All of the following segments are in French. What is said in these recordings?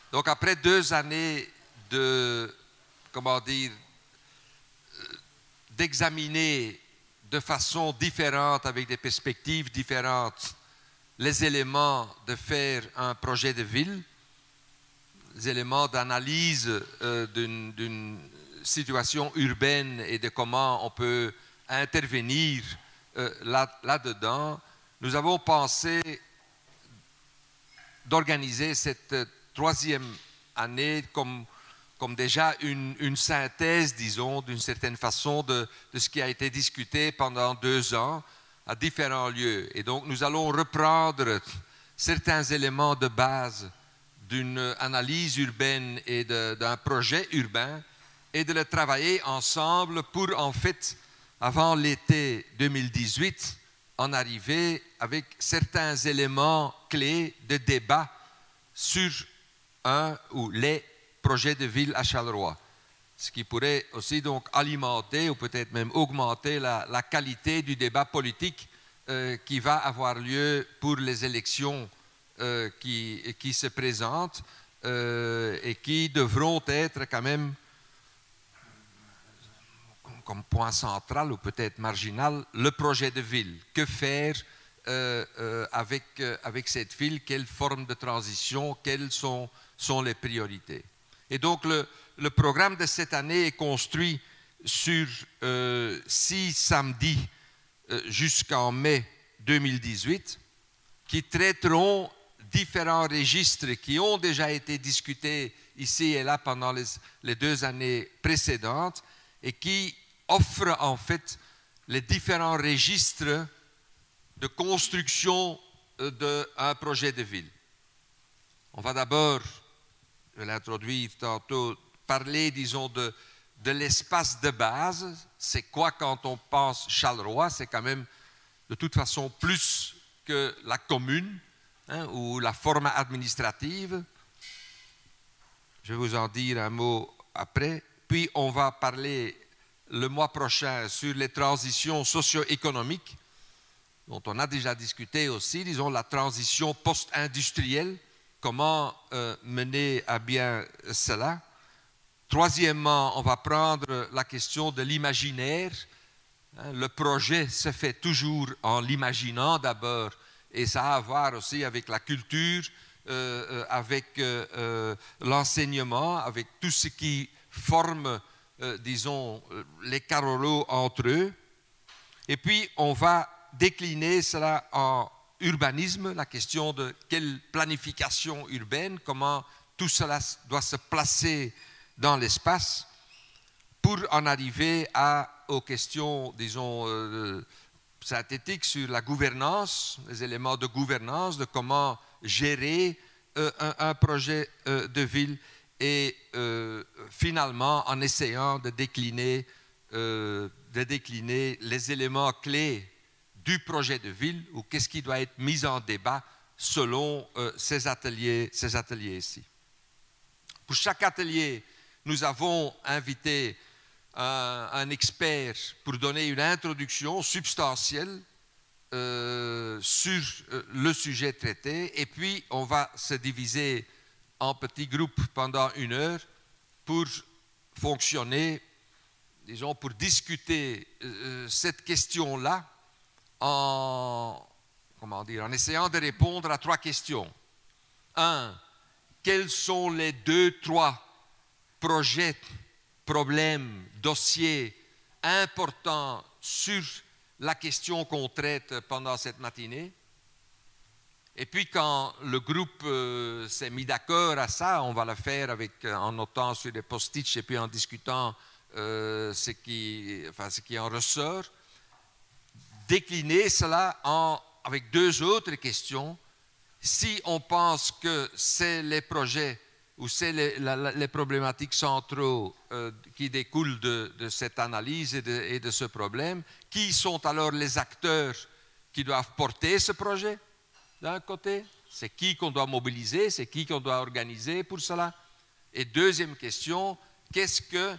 Donc après 2 années de, comment dire, d'examiner de façon différente, avec des perspectives différentes, les éléments de faire un projet de ville, les éléments d'analyse d'une situation urbaine et de comment on peut intervenir là-dedans, nous avons pensé d'organiser cette 3e année comme déjà une synthèse, disons, d'une certaine façon, de ce qui a été discuté pendant 2 ans à différents lieux. Et donc, nous allons reprendre certains éléments de base d'une analyse urbaine et d'un projet urbain et de le travailler ensemble pour, en fait, avant l'été 2018, en arriver avec certains éléments clés de débat sur un ou les projets de ville à Charleroi. Ce qui pourrait aussi donc alimenter ou peut-être même augmenter la qualité du débat politique qui va avoir lieu pour les élections qui se présentent et qui devront être quand même comme point central ou peut-être marginal, le projet de ville. Que faire avec cette ville? Quelle forme de transition? Quelles sont les priorités? Et donc le programme de cette année est construit sur 6 samedis jusqu'en mai 2018 qui traiteront différents registres qui ont déjà été discutés ici et là pendant les 2 années précédentes et qui offrent en fait les différents registres de construction d'un projet de ville. On va d'abord, je vais l'introduire tantôt, parler, disons, de l'espace de base. C'est quoi quand on pense Charleroi? C'est quand même de toute façon plus que la commune ou la forme administrative. Je vais vous en dire un mot après. Puis on va parler le mois prochain sur les transitions socio-économiques, dont on a déjà discuté aussi, disons la transition post-industrielle, comment mener à bien cela. Troisièmement, on va prendre la question de l'imaginaire. Le projet se fait toujours en l'imaginant d'abord, et ça a à voir aussi avec la culture, avec l'enseignement, avec tout ce qui forme, disons, les carreaux entre eux. Et puis, on va décliner cela en urbanisme, la question de quelle planification urbaine, comment tout cela doit se placer dans l'espace pour en arriver aux questions, disons, synthétiques sur la gouvernance, les éléments de gouvernance, de comment gérer un projet de ville et finalement en essayant de décliner les éléments clés du projet de ville ou qu'est-ce qui doit être mis en débat selon ces ateliers ici. Pour chaque atelier, nous avons invité un expert pour donner une introduction substantielle sur le sujet traité et puis on va se diviser en petits groupes pendant 1 heure pour fonctionner, disons, pour discuter cette question-là en essayant de répondre à 3 questions. 1. Quels sont les 2-3 projets, problèmes, dossiers importants sur la question qu'on traite pendant cette matinée? Et puis quand le groupe s'est mis d'accord à ça, on va le faire en notant sur des post-it et puis en discutant ce qui en ressort. Décliner cela avec 2 autres questions. Si on pense que c'est les projets ou c'est les problématiques centraux qui découlent de cette analyse et de ce problème, qui sont alors les acteurs qui doivent porter ce projet? D'un côté, c'est qui qu'on doit mobiliser, c'est qui qu'on doit organiser pour cela. Et deuxième question, qu'est-ce que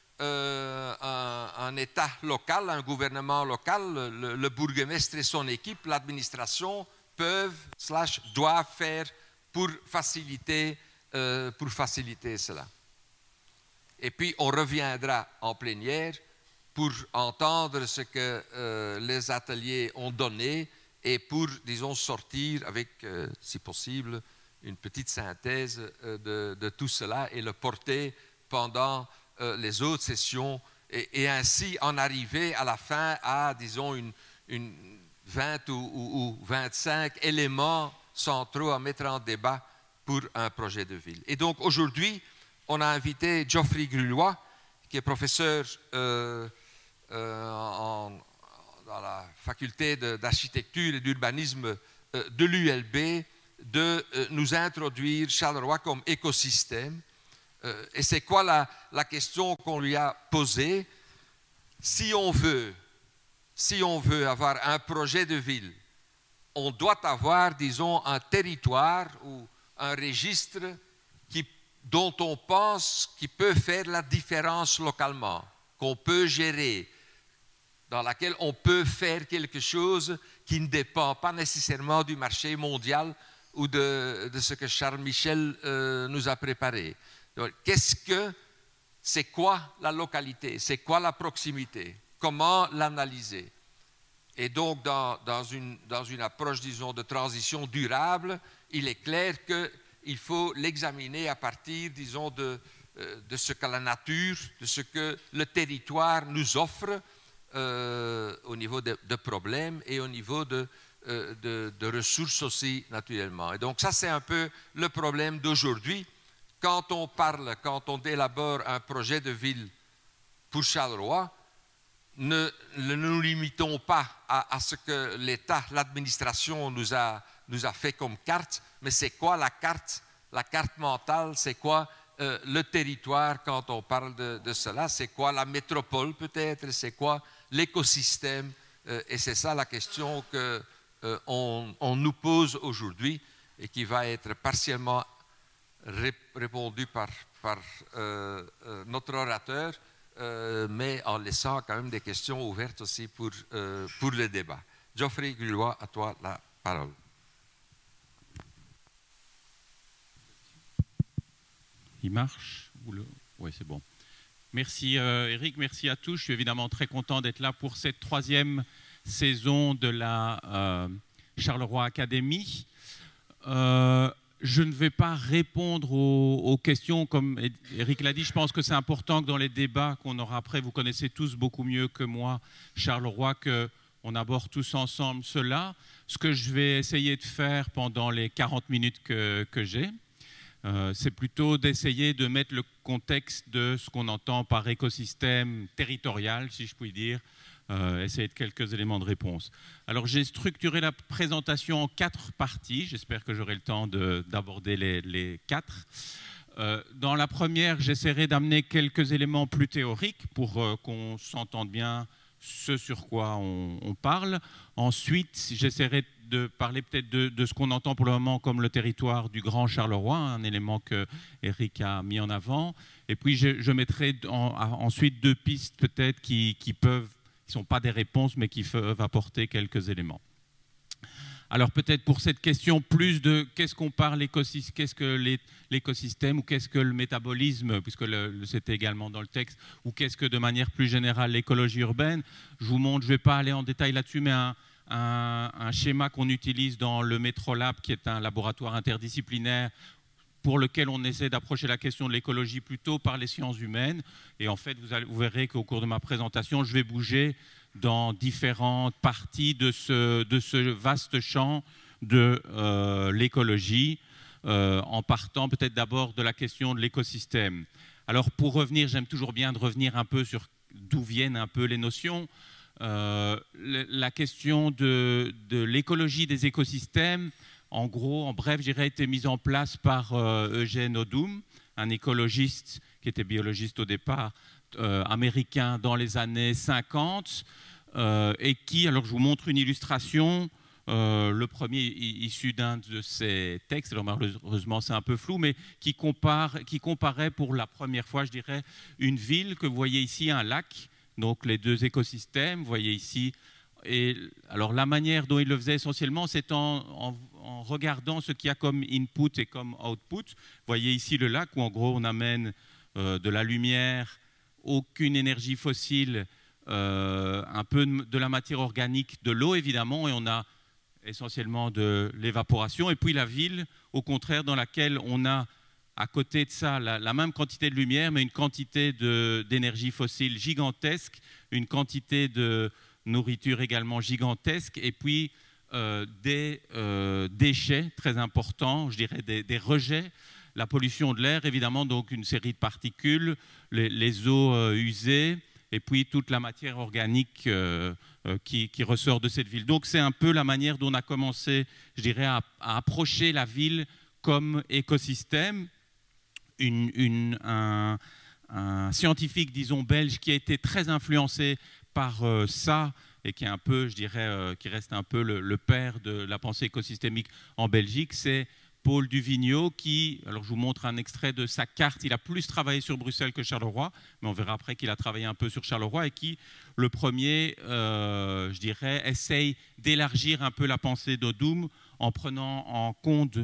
un État local, un gouvernement local, le bourgmestre et son équipe, l'administration, doivent faire pour faciliter pour faciliter cela. Et puis, on reviendra en plénière pour entendre ce que les ateliers ont donné et pour, disons, sortir avec, si possible, une petite synthèse de tout cela et le porter pendant les autres sessions et ainsi en arriver à la fin à, disons, une 20 ou 25 éléments centraux à mettre en débat pour un projet de ville. Et donc aujourd'hui, on a invité Geoffrey Grulois, qui est professeur dans la faculté d'architecture et d'urbanisme de l'ULB, de nous introduire Charleroi comme écosystème. Et c'est quoi la question qu'on lui a posée? Si on veut avoir un projet de ville, on doit avoir, disons, un territoire ou un registre dont on pense qu'il peut faire la différence localement, qu'on peut gérer, dans laquelle on peut faire quelque chose qui ne dépend pas nécessairement du marché mondial ou de ce que Charles Michel nous a préparé. Donc, c'est quoi la localité? C'est quoi la proximité? Comment l'analyser? Et donc, dans une approche, disons, de transition durable, il est clair qu'il faut l'examiner à partir, disons, de ce que la nature, de ce que le territoire nous offre au niveau de problèmes et au niveau de ressources aussi, naturellement. Et donc, ça, c'est un peu le problème d'aujourd'hui. Quand on élabore un projet de ville pour Charleroi, ne nous limitons pas à ce que l'État, l'administration nous a fait comme carte, mais c'est quoi la carte mentale, c'est quoi le territoire quand on parle de cela, c'est quoi la métropole peut-être, c'est quoi l'écosystème, et c'est ça la question qu'on nous pose aujourd'hui et qui va être partiellement répondue par notre orateur, mais en laissant quand même des questions ouvertes aussi pour le débat. Geoffrey Grulois, à toi la parole. Il marche? Oui, c'est bon. Merci Eric, merci à tous. Je suis évidemment très content d'être là pour cette 3e saison de la Charleroi Academy. Je ne vais pas répondre aux questions, comme Eric l'a dit. Je pense que c'est important que dans les débats qu'on aura après, vous connaissez tous beaucoup mieux que moi Charleroi, qu'on aborde tous ensemble cela. Ce que je vais essayer de faire pendant les 40 minutes que j'ai, c'est plutôt d'essayer de mettre le contexte de ce qu'on entend par écosystème territorial, si je puis dire, essayer de quelques éléments de réponse. Alors j'ai structuré la présentation en 4 parties, j'espère que j'aurai le temps d'aborder les 4. Dans la première, j'essaierai d'amener quelques éléments plus théoriques pour qu'on s'entende bien ce sur quoi on parle. Ensuite, j'essaierai de parler peut-être de ce qu'on entend pour le moment comme le territoire du Grand Charleroi, un élément que Eric a mis en avant. Et puis je mettrai ensuite 2 pistes peut-être qui ne sont pas des réponses, mais qui peuvent apporter quelques éléments. Alors peut-être pour cette question plus de qu'est-ce qu'on parle, qu'est-ce que l'écosystème ou qu'est-ce que le métabolisme, puisque c'était également dans le texte, ou qu'est-ce que de manière plus générale l'écologie urbaine. Je vous montre, je ne vais pas aller en détail là-dessus, mais un schéma qu'on utilise dans le Metrolab, qui est un laboratoire interdisciplinaire pour lequel on essaie d'approcher la question de l'écologie plutôt par les sciences humaines. Et en fait, vous verrez qu'au cours de ma présentation, je vais bouger dans différentes parties de ce vaste champ de l'écologie, en partant peut-être d'abord de la question de l'écosystème. Alors pour revenir, j'aime toujours bien de revenir un peu sur d'où viennent un peu les notions. La question de l'écologie des écosystèmes, en gros, en bref, je dirais, a été mise en place par Eugène Odum, un écologiste qui était biologiste au départ, américain dans les années 50, et qui, alors je vous montre une illustration, le premier issu d'un de ses textes, alors malheureusement c'est un peu flou, mais qui comparait pour la première fois, je dirais, une ville que vous voyez ici, un lac, donc les 2 écosystèmes, vous voyez ici Et alors la manière dont il le faisait essentiellement, c'est en regardant ce qu'il y a comme input et comme output. Vous voyez ici le lac où en gros on amène de la lumière, aucune énergie fossile, un peu de la matière organique, de l'eau évidemment, et on a essentiellement de l'évaporation. Et puis la ville, au contraire, dans laquelle on a à côté de ça la même quantité de lumière, mais une quantité d'énergie fossile gigantesque, une quantité de nourriture également gigantesque, et puis des déchets très importants, je dirais des rejets, la pollution de l'air évidemment, donc une série de particules, les eaux usées, et puis toute la matière organique qui ressort de cette ville. Donc c'est un peu la manière dont on a commencé, je dirais, à approcher la ville comme écosystème. Un scientifique, disons, belge, qui a été très influencé par ça, et qui est un peu, je dirais, qui reste un peu le père de la pensée écosystémique en Belgique, c'est Paul Duvigneau, qui, alors je vous montre un extrait de sa carte, il a plus travaillé sur Bruxelles que Charleroi, mais on verra après qu'il a travaillé un peu sur Charleroi, et qui, le premier, je dirais, essaye d'élargir un peu la pensée d'Odum en prenant en compte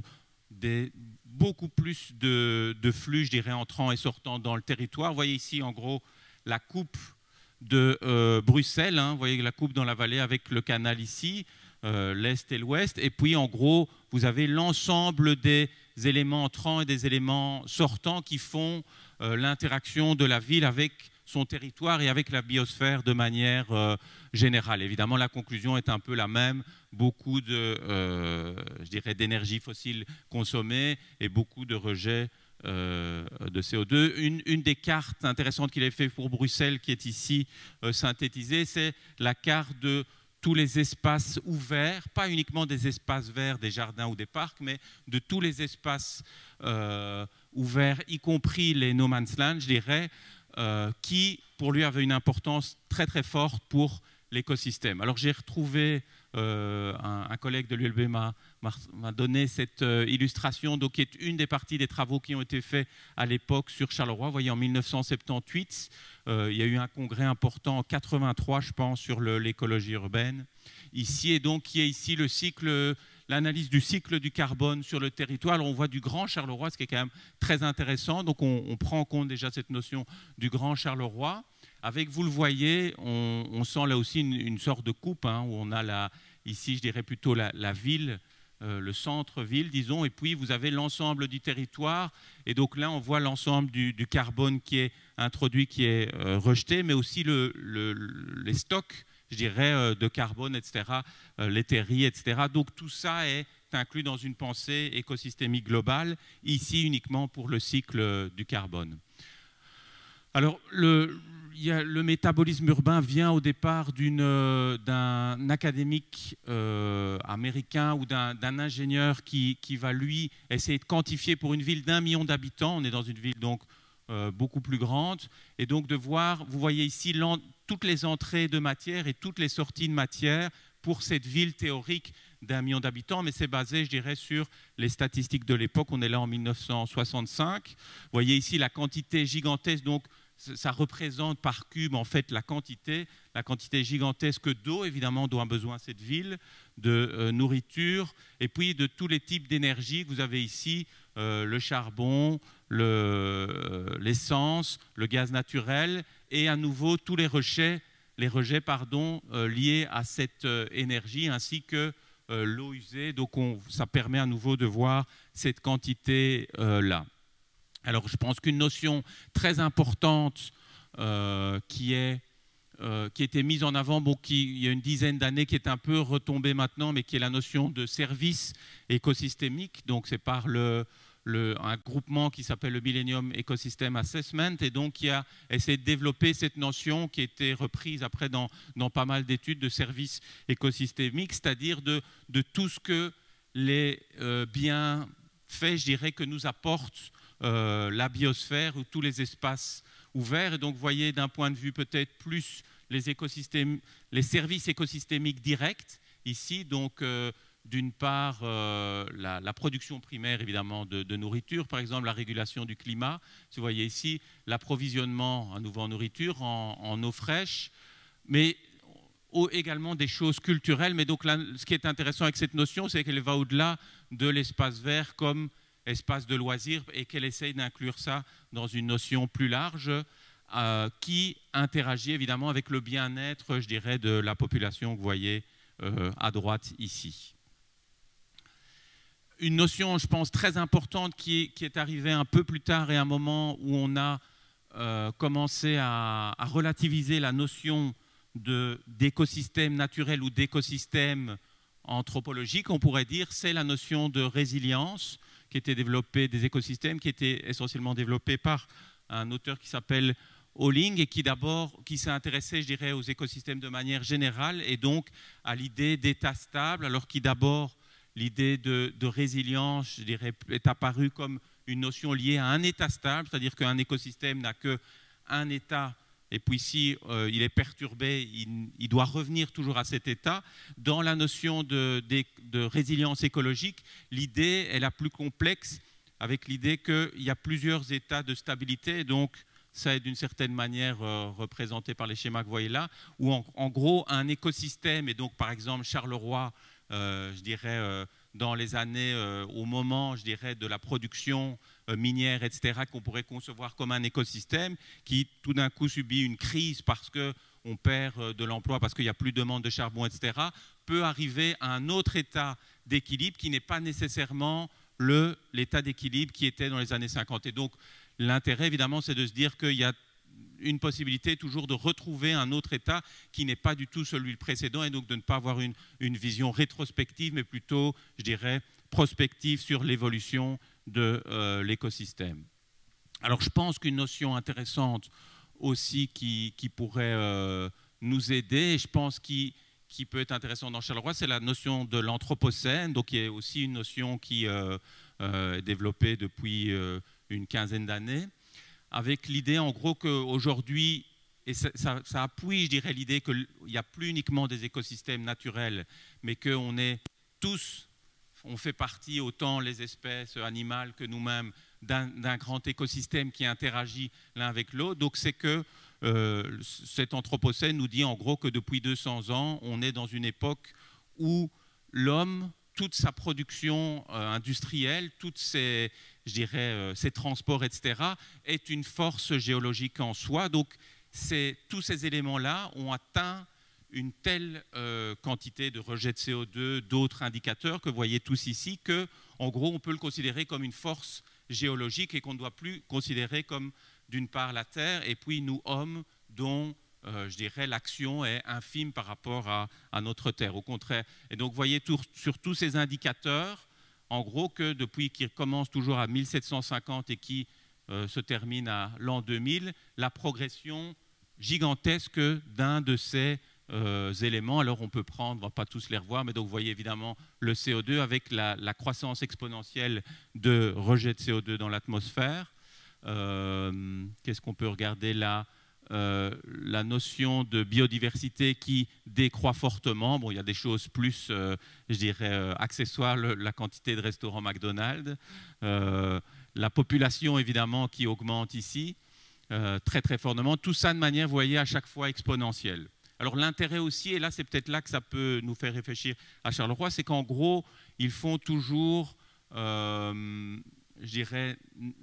beaucoup plus de flux, je dirais, entrant et sortant dans le territoire. Vous voyez ici, en gros, la coupe de Bruxelles, hein, vous voyez la coupe dans la vallée avec le canal ici, l'Est et l'Ouest, et puis en gros, vous avez l'ensemble des éléments entrants et des éléments sortants qui font l'interaction de la ville avec son territoire et avec la biosphère de manière générale. Évidemment, la conclusion est un peu la même, beaucoup je dirais, d'énergie fossile consommée et beaucoup de rejets de CO2. Une des cartes intéressantes qu'il a fait pour Bruxelles, qui est ici synthétisée, c'est la carte de tous les espaces ouverts, pas uniquement des espaces verts, des jardins ou des parcs, mais de tous les espaces ouverts, y compris les no man's land, je dirais, qui, pour lui, avaient une importance très très forte pour l'écosystème. Alors j'ai retrouvé, un collègue de l'ULB m'a donné cette illustration, donc, qui est une des parties des travaux qui ont été faits à l'époque sur Charleroi. Vous voyez, en 1978, il y a eu un congrès important en 83, je pense, sur l'écologie urbaine. Ici, et donc, qui est ici l'analyse du cycle du carbone sur le territoire. Alors, on voit du Grand Charleroi, ce qui est quand même très intéressant. Donc, on prend en compte déjà cette notion du Grand Charleroi. Avec, vous le voyez, on sent là aussi une sorte de coupe, hein, où on a ici, je dirais plutôt la ville, le centre-ville, disons, et puis vous avez l'ensemble du territoire. Et donc là, on voit l'ensemble du carbone qui est introduit, qui est rejeté, mais aussi les stocks, je dirais, de carbone, etc., les terris, etc. Donc tout ça est inclus dans une pensée écosystémique globale, ici uniquement pour le cycle du carbone. Alors, le métabolisme urbain vient au départ d'un académique américain ou d'un ingénieur qui va, lui, essayer de quantifier pour une ville d'1 million d'habitants. On est dans une ville donc beaucoup plus grande. Et donc de voir, vous voyez ici toutes les entrées de matière et toutes les sorties de matière pour cette ville théorique d'1 million d'habitants, mais c'est basé, je dirais, sur les statistiques de l'époque. On est là en 1965. Vous voyez ici la quantité gigantesque, donc ça représente par cube en fait la quantité gigantesque d'eau, évidemment, dont a besoin cette ville, de nourriture, et puis de tous les types d'énergie que vous avez ici, le charbon, l'essence, le gaz naturel, et à nouveau tous les rejets liés à cette énergie, ainsi que l'eau usée. Donc ça permet à nouveau de voir cette quantité-là. Alors je pense qu'une notion très importante qui a été mise en avant, il y a une dizaine d'années, qui est un peu retombée maintenant, mais qui est la notion de service écosystémique. Donc c'est par un groupement qui s'appelle le Millennium Ecosystem Assessment, et donc qui a essayé de développer cette notion qui a été reprise après dans pas mal d'études de services écosystémiques, c'est-à-dire de tout ce que les bienfaits, je dirais, que nous apporte la biosphère ou tous les espaces ouverts. Et donc, vous voyez, d'un point de vue peut-être plus les services écosystémiques directs, ici, donc d'une part la production primaire, évidemment, de nourriture, par exemple la régulation du climat. Vous voyez ici l'approvisionnement à nouveau en nourriture, en eau fraîche, mais également des choses culturelles. Mais donc là, ce qui est intéressant avec cette notion, c'est qu'elle va au-delà de l'espace vert comme espace de loisirs et qu'elle essaye d'inclure ça dans une notion plus large qui interagit évidemment avec le bien-être, je dirais, de la population que vous voyez à droite ici. Une notion, je pense, très importante qui est arrivée un peu plus tard et à un moment où on a commencé à relativiser la notion d'écosystème naturel ou d'écosystème anthropologique, on pourrait dire, c'est la notion de résilience qui était développée des écosystèmes, qui était essentiellement développée par un auteur qui s'appelle Holling et qui s'est intéressé, je dirais, aux écosystèmes de manière générale et donc à l'idée d'état stable, alors qui d'abord, l'idée de résilience, je dirais, est apparue comme une notion liée à un état stable, c'est-à-dire qu'un écosystème n'a qu'un état, et puis si il est perturbé, il doit revenir toujours à cet état. Dans la notion de résilience écologique, l'idée est la plus complexe, avec l'idée qu'il y a plusieurs états de stabilité, donc ça est d'une certaine manière représenté par les schémas que vous voyez là, où en gros un écosystème, et donc par exemple Charleroi, je dirais dans les années, au moment, je dirais, de la production minière, etc., qu'on pourrait concevoir comme un écosystème qui tout d'un coup subit une crise parce qu'on perd de l'emploi, parce qu'il n'y a plus de demande de charbon, etc., peut arriver à un autre état d'équilibre qui n'est pas nécessairement l'état d'équilibre qui était dans les années 50. Et donc, l'intérêt, évidemment, c'est de se dire qu'il y a une possibilité toujours de retrouver un autre état qui n'est pas du tout celui précédent et donc de ne pas avoir une vision rétrospective, mais plutôt, je dirais, prospective sur l'évolution de l'écosystème. Alors, je pense qu'une notion intéressante aussi qui pourrait nous aider, et je pense qui peut être intéressante dans Charleroi, c'est la notion de l'anthropocène, donc qui est aussi une notion qui est développée depuis une quinzaine d'années, avec l'idée en gros qu'aujourd'hui, et ça appuie, je dirais, l'idée qu'il n'y a plus uniquement des écosystèmes naturels, mais qu'on est tous, on fait partie, autant les espèces animales que nous-mêmes, d'un grand écosystème qui interagit l'un avec l'autre. Donc c'est que cet anthropocène nous dit en gros que depuis 200 ans, on est dans une époque où l'homme, toute sa production industrielle, toutes ses, je dirais, ses transports, etc., est une force géologique en soi. Donc, tous ces éléments-là ont atteint une telle quantité de rejet de CO2, d'autres indicateurs que vous voyez tous ici, que, en gros, on peut le considérer comme une force géologique et qu'on ne doit plus considérer comme, d'une part, la Terre, et puis nous, hommes, dont je dirais, l'action est infime par rapport à notre Terre, au contraire. Et donc, vous voyez sur tous ces indicateurs, en gros, que depuis qu'ils commencent toujours à 1750 et qui se terminent à l'an 2000, la progression gigantesque d'un de ces éléments. Alors, on peut prendre, on ne va pas tous les revoir, mais donc, vous voyez évidemment le CO2 avec la croissance exponentielle de rejet de CO2 dans l'atmosphère. Qu'est-ce qu'on peut regarder là ? La notion de biodiversité qui décroît fortement. Bon, il y a des choses plus, je dirais, accessoires, la quantité de restaurants McDonald's, la population, évidemment, qui augmente ici, très, très fortement. Tout ça de manière, vous voyez, à chaque fois exponentielle. Alors, l'intérêt aussi, et là, c'est peut-être là que ça peut nous faire réfléchir à Charleroi, c'est qu'en gros, ils font toujours, je dirais,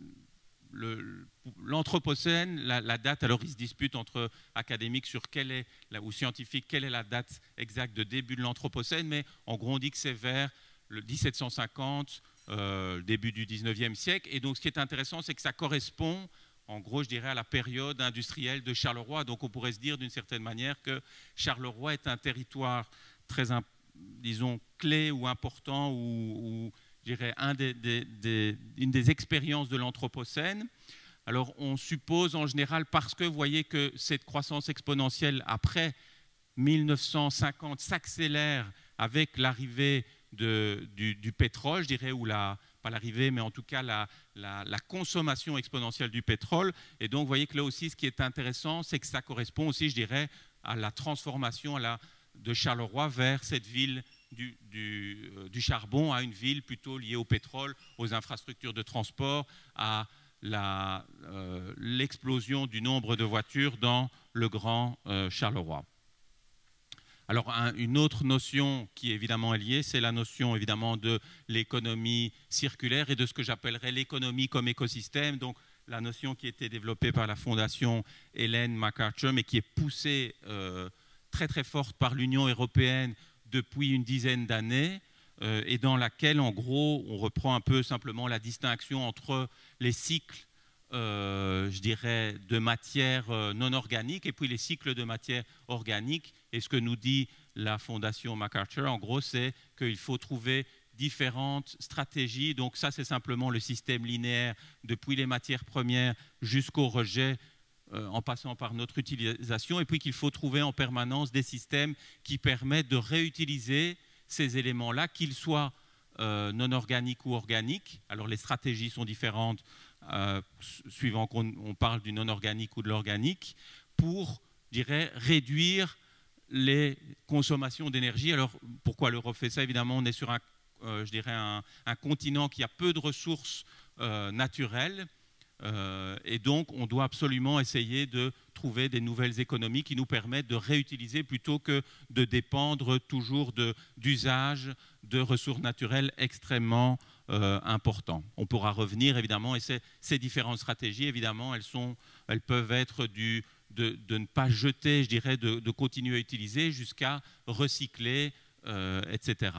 l'anthropocène, la date, alors ils se disputent entre académiques sur ou scientifiques, quelle est la date exacte de début de l'anthropocène, mais en gros on dit que c'est vers le 1750, début du 19e siècle, et donc ce qui est intéressant c'est que ça correspond en gros je dirais à la période industrielle de Charleroi, donc on pourrait se dire d'une certaine manière que Charleroi est un territoire très, disons, clé ou important ou je dirais, une des expériences de l'anthropocène. Alors, on suppose en général, parce que vous voyez que cette croissance exponentielle après 1950 s'accélère avec l'arrivée du pétrole, je dirais, ou pas l'arrivée, mais en tout cas la consommation exponentielle du pétrole. Et donc, vous voyez que là aussi, ce qui est intéressant, c'est que ça correspond aussi, je dirais, à la transformation de Charleroi vers cette ville du charbon à une ville plutôt liée au pétrole, aux infrastructures de transport, à l'explosion du nombre de voitures dans le Grand Charleroi. Alors, une autre notion qui évidemment est liée, c'est la notion évidemment de l'économie circulaire et de ce que j'appellerais l'économie comme écosystème. Donc, la notion qui a été développée par la fondation Ellen MacArthur, mais qui est poussée très très forte par l'Union européenne depuis une dizaine d'années, et dans laquelle, en gros, on reprend un peu simplement la distinction entre les cycles, je dirais, de matière non organique et puis les cycles de matière organique. Et ce que nous dit la fondation MacArthur, en gros, c'est qu'il faut trouver différentes stratégies. Donc ça, c'est simplement le système linéaire depuis les matières premières jusqu'au rejet, en passant par notre utilisation, et puis qu'il faut trouver en permanence des systèmes qui permettent de réutiliser ces éléments-là, qu'ils soient non organiques ou organiques. Alors les stratégies sont différentes suivant qu'on parle du non organique ou de l'organique, pour, je dirais, réduire les consommations d'énergie. Alors pourquoi l'Europe fait ça? Évidemment, on est sur je dirais un continent qui a peu de ressources naturelles, et donc on doit absolument essayer de trouver des nouvelles économies qui nous permettent de réutiliser plutôt que de dépendre toujours d'usages de ressources naturelles extrêmement importants. On pourra revenir évidemment, et ces différentes stratégies, évidemment, elles peuvent être de ne pas jeter, je dirais, de continuer à utiliser jusqu'à recycler, etc.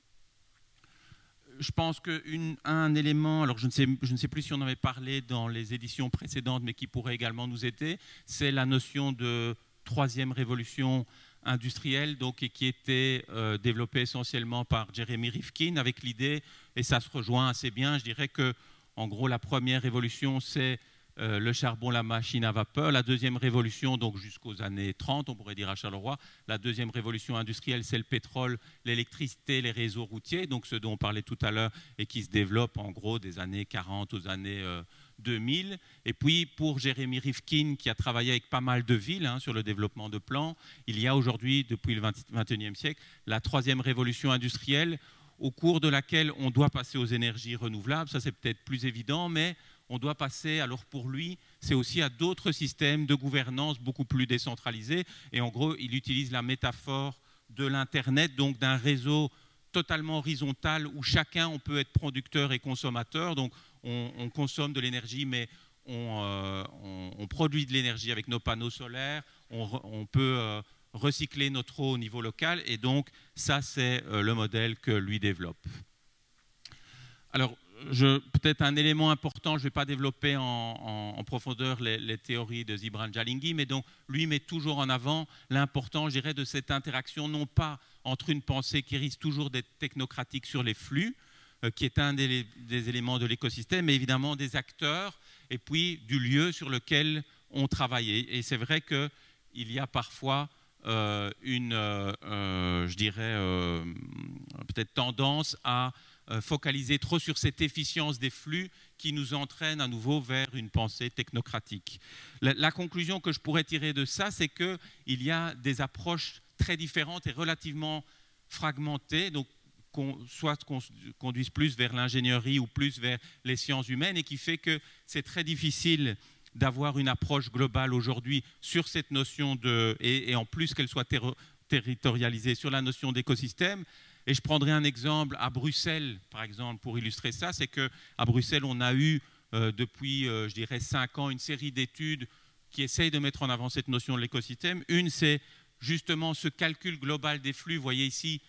Je pense qu'un élément, alors je ne sais plus si on avait parlé dans les éditions précédentes, mais qui pourrait également nous aider, c'est la notion de troisième révolution industrielle, donc, et qui était développée essentiellement par Jeremy Rifkin, avec l'idée, et ça se rejoint assez bien, je dirais que, en gros, la première révolution, c'est le charbon, la machine à vapeur. La deuxième révolution, donc jusqu'aux années 30, on pourrait dire à Charleroi, la deuxième révolution industrielle, c'est le pétrole, l'électricité, les réseaux routiers, donc ce dont on parlait tout à l'heure et qui se développe en gros des années 40 aux années 2000. Et puis pour Jeremy Rifkin, qui a travaillé avec pas mal de villes sur le développement de plans, il y a aujourd'hui, depuis le 21e siècle, la troisième révolution industrielle, au cours de laquelle on doit passer aux énergies renouvelables. Ça, c'est peut-être plus évident, mais on doit passer, alors pour lui, c'est aussi à d'autres systèmes de gouvernance beaucoup plus décentralisés. Et en gros, il utilise la métaphore de l'Internet, donc d'un réseau totalement horizontal où chacun, on peut être producteur et consommateur. Donc on consomme de l'énergie, mais on produit de l'énergie avec nos panneaux solaires, on peut recycler notre eau au niveau local. Et donc ça, c'est le modèle que lui développe. Alors, peut-être un élément important, je ne vais pas développer en profondeur les théories de Zibran Jalinghi, mais donc lui met toujours en avant l'importance, je dirais, de cette interaction, non pas entre une pensée qui risque toujours d'être technocratique sur les flux, qui est un des éléments de l'écosystème, mais évidemment des acteurs, et puis du lieu sur lequel on travaille. Et c'est vrai qu'il y a parfois je dirais, peut-être tendance à focaliser trop sur cette efficience des flux qui nous entraîne à nouveau vers une pensée technocratique. La conclusion que je pourrais tirer de ça, c'est qu'il y a des approches très différentes et relativement fragmentées, donc soit conduisent plus vers l'ingénierie ou plus vers les sciences humaines, et qui fait que c'est très difficile d'avoir une approche globale aujourd'hui sur cette notion et en plus qu'elle soit territorialisée sur la notion d'écosystème. Et je prendrai un exemple à Bruxelles, par exemple, pour illustrer ça. C'est qu'à Bruxelles, on a eu depuis, je dirais, 5 ans, une série d'études qui essayent de mettre en avant cette notion de l'écosystème. Une, c'est justement ce calcul global des flux. Vous voyez ici,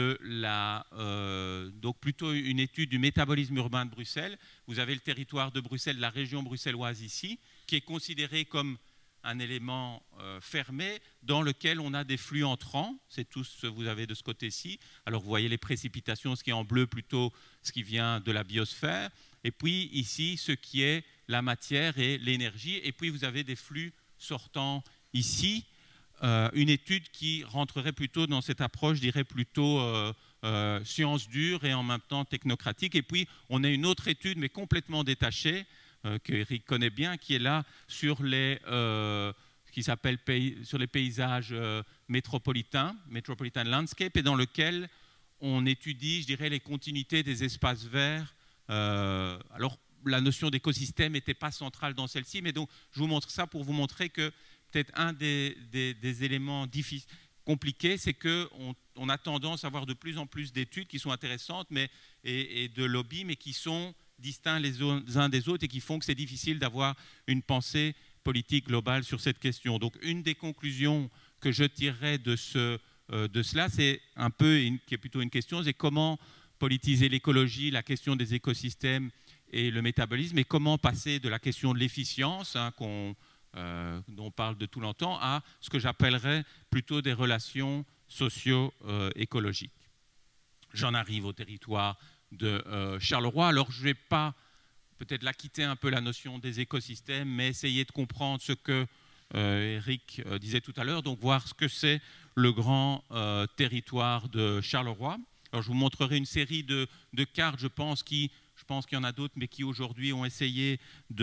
donc plutôt une étude du métabolisme urbain de Bruxelles. Vous avez le territoire de Bruxelles, la région bruxelloise ici, qui est considérée comme un élément fermé dans lequel on a des flux entrants. C'est tout ce que vous avez de ce côté-ci. Alors vous voyez les précipitations, ce qui est en bleu plutôt ce qui vient de la biosphère. Et puis ici, ce qui est la matière et l'énergie. Et puis vous avez des flux sortants ici. Une étude qui rentrerait plutôt dans cette approche, je dirais plutôt science dure et en même temps technocratique. Et puis on a une autre étude, mais complètement détachée, que Eric connaît bien, qui est là sur qui s'appelle sur les paysages métropolitains, Metropolitan Landscape, et dans lequel on étudie, je dirais, les continuités des espaces verts. Alors, la notion d'écosystème n'était pas centrale dans celle-ci, mais donc je vous montre ça pour vous montrer que peut-être un des éléments compliqué, c'est qu'on a tendance à avoir de plus en plus d'études qui sont intéressantes et de lobbies, mais qui sont distincts les uns des autres et qui font que c'est difficile d'avoir une pensée politique globale sur cette question. Donc une des conclusions que je tirerais de cela, c'est un peu, qui est plutôt une question, c'est comment politiser l'écologie, la question des écosystèmes et le métabolisme, et comment passer de la question de l'efficience, dont on parle de tout longtemps, à ce que j'appellerais plutôt des relations socio-écologiques. J'en arrive au territoire de Charleroi. Alors je ne vais pas peut-être là quitter un peu la notion des écosystèmes, mais essayer de comprendre ce que Eric disait tout à l'heure, donc voir ce que c'est le grand territoire de Charleroi. Alors je vous montrerai une série de cartes, je pense qu'il y en a d'autres, mais qui aujourd'hui ont essayé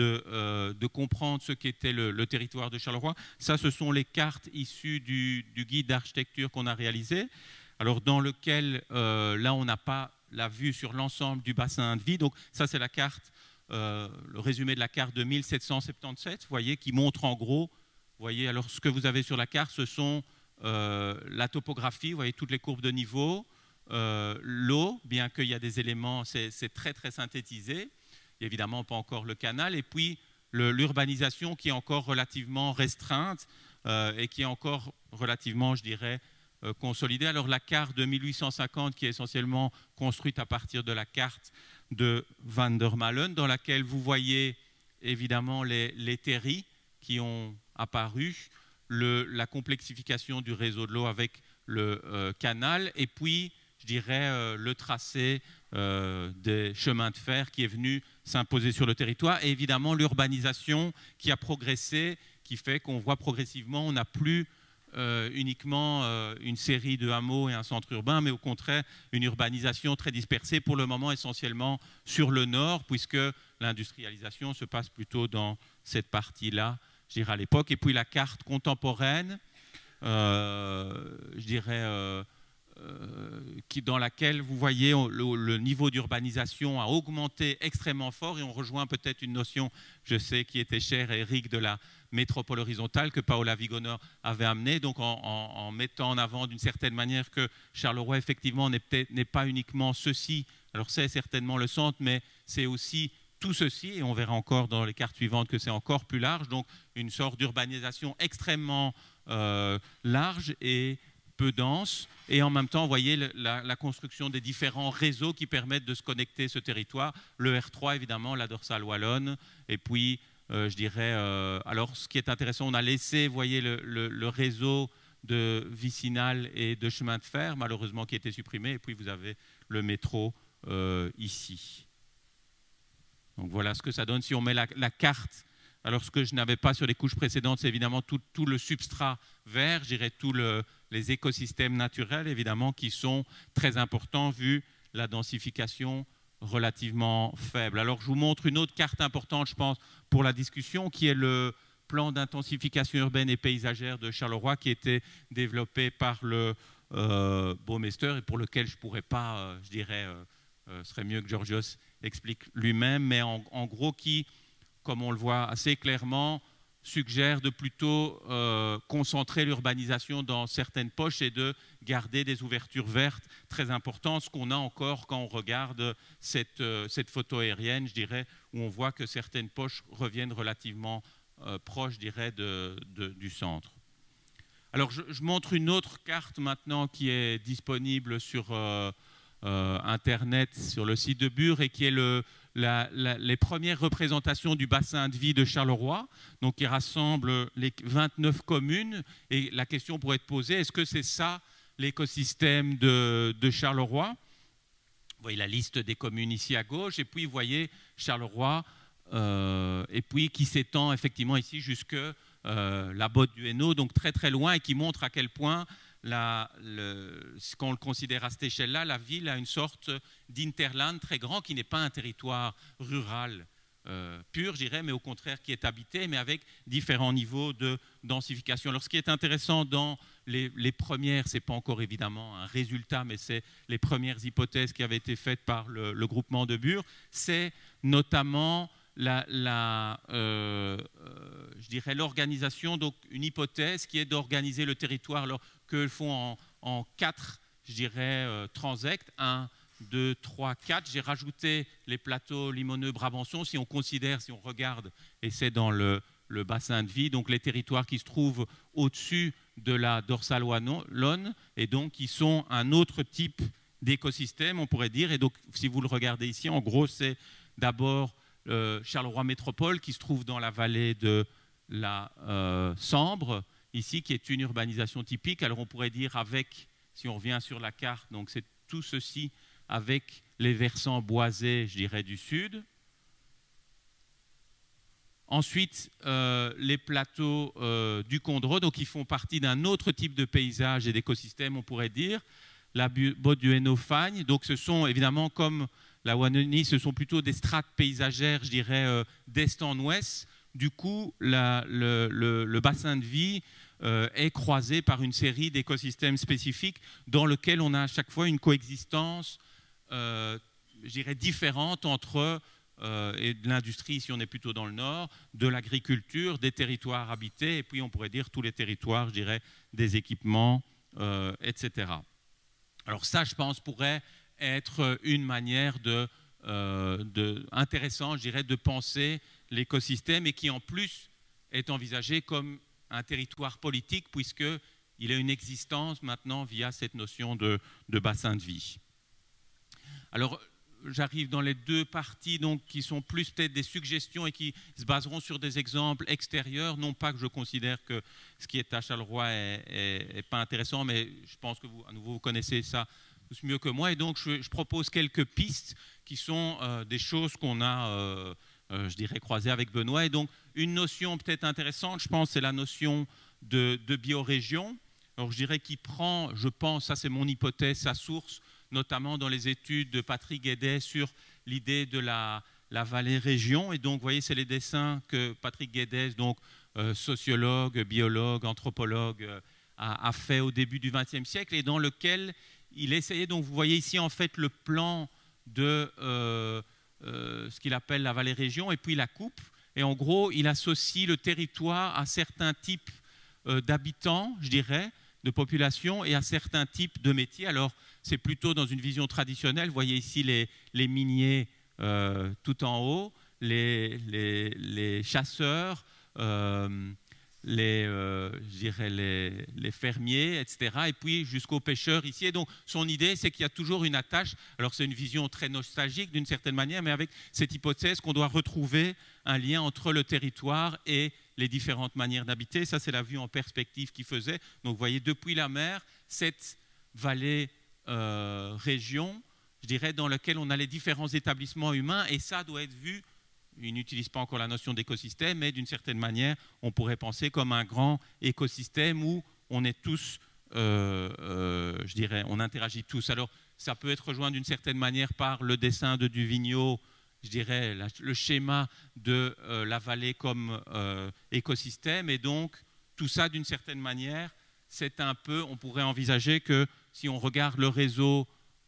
de comprendre ce qu'était le territoire de Charleroi. Ça, ce sont les cartes issues du guide d'architecture qu'on a réalisé, alors dans lequel, là, on n'a pas la vue sur l'ensemble du bassin de vie. Donc ça, c'est la carte, le résumé de la carte de 1777, vous voyez, qui montre en gros, vous voyez, alors ce que vous avez sur la carte, ce sont la topographie, vous voyez, toutes les courbes de niveau, l'eau, bien qu'il y a des éléments, c'est très très synthétisé, il y a évidemment pas encore le canal, et puis l'urbanisation qui est encore relativement restreinte et qui est encore relativement, je dirais, consolidée. Alors la carte de 1850 qui est essentiellement construite à partir de la carte de Van der Malen, dans laquelle vous voyez évidemment les terris qui ont apparu, la complexification du réseau de l'eau avec le canal, et puis je dirais, le tracé des chemins de fer qui est venu s'imposer sur le territoire, et évidemment l'urbanisation qui a progressé, qui fait qu'on voit progressivement, on n'a plus uniquement une série de hameaux et un centre urbain, mais au contraire une urbanisation très dispersée, pour le moment essentiellement sur le nord, puisque l'industrialisation se passe plutôt dans cette partie-là, je dirais à l'époque. Et puis la carte contemporaine, je dirais... dans laquelle vous voyez le niveau d'urbanisation a augmenté extrêmement fort, et on rejoint peut-être une notion, je sais, qui était chère à Eric, de la métropole horizontale que Paola Vigonor avait amenée, donc en mettant en avant d'une certaine manière que Charleroi effectivement n'est pas uniquement ceci, alors c'est certainement le centre, mais c'est aussi tout ceci, et on verra encore dans les cartes suivantes que c'est encore plus large, donc une sorte d'urbanisation extrêmement large et peu dense, et en même temps, vous voyez la construction des différents réseaux qui permettent de se connecter ce territoire. Le R3, évidemment, la dorsale wallonne, et puis, je dirais, alors ce qui est intéressant, on a laissé, vous voyez, le réseau de vicinal et de chemin de fer, malheureusement, qui a été supprimé, et puis vous avez le métro ici. Donc voilà ce que ça donne si on met la carte. Alors ce que je n'avais pas sur les couches précédentes, c'est évidemment tout le substrat vert, je dirais tous les écosystèmes naturels, évidemment, qui sont très importants vu la densification relativement faible. Alors je vous montre une autre carte importante, je pense, pour la discussion, qui est le plan d'intensification urbaine et paysagère de Charleroi, qui a été développé par le Baumeister, et pour lequel je ne pourrais pas, je dirais, ce serait mieux que Georgios explique lui-même, mais en gros qui, comme on le voit assez clairement, suggère de plutôt concentrer l'urbanisation dans certaines poches et de garder des ouvertures vertes très importantes, ce qu'on a encore quand on regarde cette photo aérienne, je dirais, où on voit que certaines poches reviennent relativement proches, je dirais, du centre. Alors, je montre une autre carte maintenant qui est disponible sur Internet, sur le site de Bure, et qui est les premières représentations du bassin de vie de Charleroi, donc qui rassemble les 29 communes. Et la question pourrait être posée, est-ce que c'est ça l'écosystème de Charleroi? Vous voyez la liste des communes ici à gauche, et puis vous voyez Charleroi, et puis qui s'étend effectivement ici jusque la Botte du Hainaut, donc très très loin, et qui montre à quel point, quand on le considère à cette échelle-là, la ville a une sorte d'interland très grand qui n'est pas un territoire rural pur, je dirais, mais au contraire qui est habité, mais avec différents niveaux de densification. Alors ce qui est intéressant dans les premières, ce n'est pas encore évidemment un résultat, mais c'est les premières hypothèses qui avaient été faites par le groupement de Bure, c'est notamment je je dirais, l'organisation, donc une hypothèse qui est d'organiser le territoire, alors qu'ils font en 4, je dirais, transects, 1, 2, 3, 4. J'ai rajouté les plateaux Limoneux, Brabançon, si on considère, si on regarde, et c'est dans le bassin de vie, donc les territoires qui se trouvent au-dessus de la dorsale wallonne, et donc qui sont un autre type d'écosystème, on pourrait dire. Et donc, si vous le regardez ici, en gros, c'est d'abord Charleroi Métropole, qui se trouve dans la vallée de la Sambre, ici, qui est une urbanisation typique. Alors, on pourrait dire avec, si on revient sur la carte, donc c'est tout ceci avec les versants boisés, je dirais, du sud. Ensuite, les plateaux du Condro, donc qui font partie d'un autre type de paysage et d'écosystème, on pourrait dire. La botte du Hainaut-Fagne, donc ce sont évidemment comme la Wannonie, ce sont plutôt des strates paysagères, je dirais, d'est en ouest. Du coup, le bassin de vie est croisé par une série d'écosystèmes spécifiques dans lesquels on a à chaque fois une coexistence, je dirais, différente entre et de l'industrie, si on est plutôt dans le nord, de l'agriculture, des territoires habités, et puis on pourrait dire tous les territoires, je dirais, des équipements, etc. Alors ça, je pense, pourrait être une manière intéressante, je dirais, de penser l'écosystème et qui, en plus, est envisagé comme un territoire politique puisqu'il a une existence maintenant via cette notion de bassin de vie. Alors, j'arrive dans les deux parties donc, qui sont plus peut-être des suggestions et qui se baseront sur des exemples extérieurs. Non pas que je considère que ce qui est à Charleroi est pas intéressant, mais je pense que vous, à nouveau, vous connaissez ça tous mieux que moi. Et donc, je propose quelques pistes qui sont des choses qu'on a, je dirais, croisées avec Benoît. Et donc, une notion peut-être intéressante, je pense, c'est la notion de biorégion. Alors, je dirais qu'il prend, je pense, ça c'est mon hypothèse, sa source, notamment dans les études de Patrick Guédet sur l'idée de la vallée région. Et donc, vous voyez, c'est les dessins que Patrick Guédet, donc sociologue, biologue, anthropologue, a fait au début du XXe siècle et dans lequel il essayait, donc vous voyez ici en fait le plan de ce qu'il appelle la vallée région et puis la coupe. Et en gros, il associe le territoire à certains types d'habitants, je dirais, de population et à certains types de métiers. Alors, c'est plutôt dans une vision traditionnelle. Vous voyez ici les miniers tout en haut, les chasseurs, je dirais les fermiers, etc. Et puis jusqu'aux pêcheurs ici. Et donc, son idée, c'est qu'il y a toujours une attache. Alors, c'est une vision très nostalgique d'une certaine manière, mais avec cette hypothèse qu'on doit retrouver un lien entre le territoire et les différentes manières d'habiter. Ça, c'est la vue en perspective qu'il faisait. Donc, vous voyez, depuis la mer, cette vallée région, je dirais, dans laquelle on a les différents établissements humains, et ça doit être vu, il n'utilise pas encore la notion d'écosystème, mais d'une certaine manière, on pourrait penser comme un grand écosystème où on est tous, je dirais, on interagit tous. Alors, ça peut être rejoint d'une certaine manière par le dessin de Duvigneau, je dirais, le schéma de la vallée comme écosystème, et donc, tout ça, d'une certaine manière, c'est un peu, on pourrait envisager que si on regarde le réseau,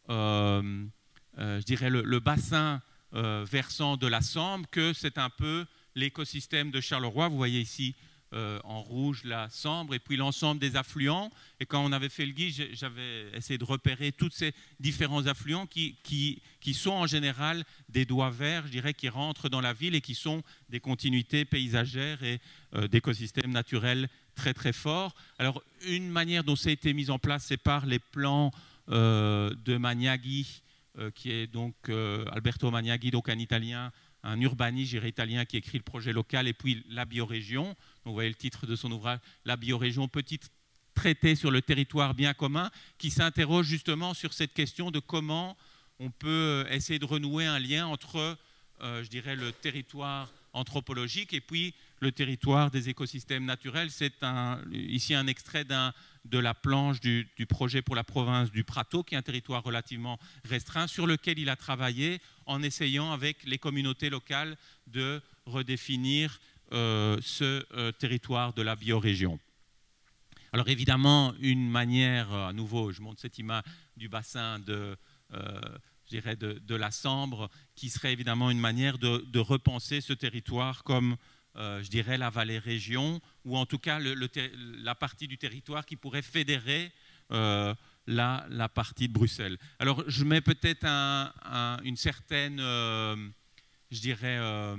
je dirais le bassin versant de la Sambre, que c'est un peu l'écosystème de Charleroi. Vous voyez ici en rouge la Sambre et puis l'ensemble des affluents. Et quand on avait fait le guide, j'avais essayé de repérer tous ces différents affluents qui sont en général des doigts verts, je dirais, qui rentrent dans la ville et qui sont des continuités paysagères et d'écosystèmes naturels très très forts. Alors, une manière dont ça a été mis en place, c'est par les plans de Magnaghi, qui est donc Alberto Magnaghi, donc un Italien, un urbaniste italien qui écrit le projet local, et puis la biorégion. Donc, vous voyez le titre de son ouvrage, La biorégion, petit traité sur le territoire bien commun, qui s'interroge justement sur cette question de comment on peut essayer de renouer un lien entre, je dirais, le territoire anthropologique et puis le territoire des écosystèmes naturels. C'est ici un extrait de la planche du projet pour la province du Prato, qui est un territoire relativement restreint, sur lequel il a travaillé en essayant avec les communautés locales de redéfinir ce territoire de la biorégion. Alors évidemment, une manière, à nouveau, je montre cette image du bassin je dirais de la Sambre, qui serait évidemment une manière de repenser ce territoire comme je dirais, la vallée région, ou en tout cas la partie du territoire qui pourrait fédérer la partie de Bruxelles. Alors, je mets peut-être une certaine, je dirais,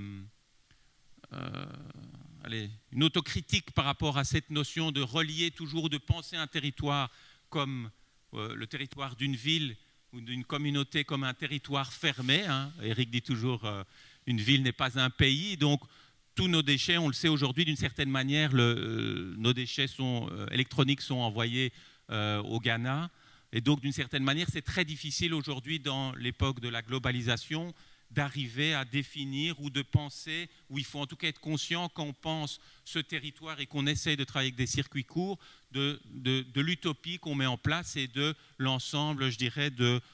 allez, une autocritique par rapport à cette notion de relier toujours, de penser un territoire comme le territoire d'une ville ou d'une communauté comme un territoire fermé. Hein. Eric dit toujours une ville n'est pas un pays. Donc, tous nos déchets, on le sait aujourd'hui, d'une certaine manière, nos déchets électroniques sont envoyés au Ghana. Et donc, d'une certaine manière, c'est très difficile aujourd'hui, dans l'époque de la globalisation, d'arriver à définir ou de penser, ou il faut en tout cas être conscient quand on pense ce territoire et qu'on essaye de travailler avec des circuits courts, de l'utopie qu'on met en place et de l'ensemble, je dirais,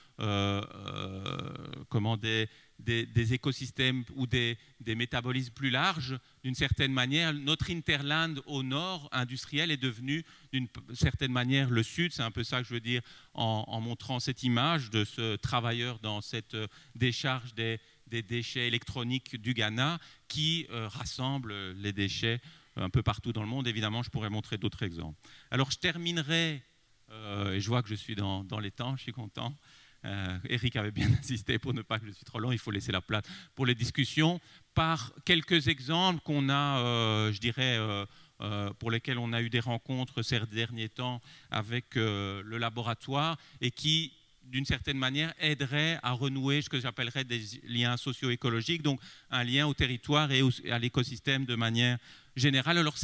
des écosystèmes ou des métabolismes plus larges. D'une certaine manière, notre hinterland au nord industriel est devenu d'une certaine manière le sud. C'est un peu ça que je veux dire en montrant cette image de ce travailleur dans cette décharge des déchets électroniques du Ghana qui rassemble les déchets un peu partout dans le monde. Évidemment, je pourrais montrer d'autres exemples. Alors, je terminerai, et je vois que je suis dans les temps, je suis content. Eric avait bien insisté pour ne pas que je suis trop long, il faut laisser la place pour les discussions, par quelques exemples qu'on a, je dirais, pour lesquels on a eu des rencontres ces derniers temps avec le laboratoire et qui, d'une certaine manière, aideraient à renouer ce que j'appellerais des liens socio-écologiques, donc un lien au territoire et à l'écosystème de manière générale. Alors,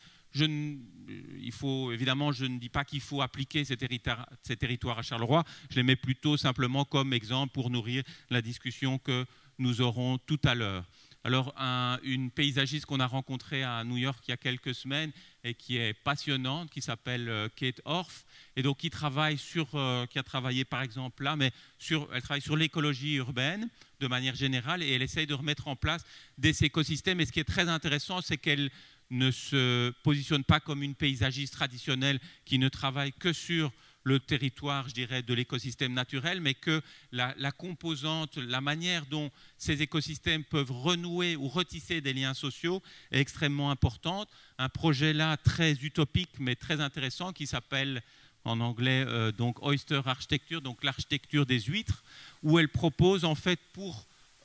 évidemment, je ne dis pas qu'il faut appliquer ces territoires à Charleroi, je les mets plutôt simplement comme exemple pour nourrir la discussion que nous aurons tout à l'heure. Alors, une paysagiste qu'on a rencontrée à New York il y a quelques semaines et qui est passionnante, qui s'appelle Kate Orff, et donc qui a travaillé par exemple là, mais elle travaille sur l'écologie urbaine de manière générale et elle essaye de remettre en place des écosystèmes. Et ce qui est très intéressant, c'est qu'elle ne se positionne pas comme une paysagiste traditionnelle qui ne travaille que sur le territoire, je dirais, de l'écosystème naturel, mais que la composante, la manière dont ces écosystèmes peuvent renouer ou retisser des liens sociaux est extrêmement importante. Un projet là très utopique, mais très intéressant, qui s'appelle en anglais donc Oyster Architecture, donc l'architecture des huîtres, où elle propose en fait pour,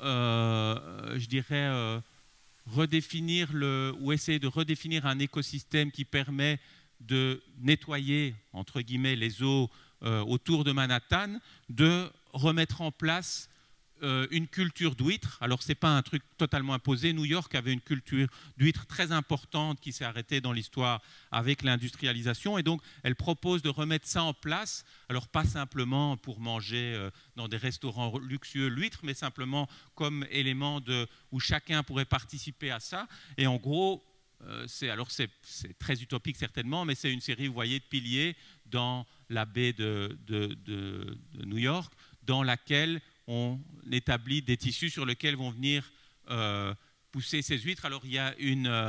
je dirais, redéfinir ou essayer de redéfinir un écosystème qui permet de nettoyer, entre guillemets, les eaux autour de Manhattan, de remettre en place une culture d'huîtres. Alors, ce n'est pas un truc totalement imposé. New York avait une culture d'huîtres très importante qui s'est arrêtée dans l'histoire avec l'industrialisation. Et donc, elle propose de remettre ça en place. Alors, pas simplement pour manger dans des restaurants luxueux l'huître, mais simplement comme élément où chacun pourrait participer à ça. Et en gros, c'est très utopique certainement, mais c'est une série, vous voyez, de piliers dans la baie de New York, dans laquelle on établit des tissus sur lesquels vont venir pousser ces huîtres. Alors, il y a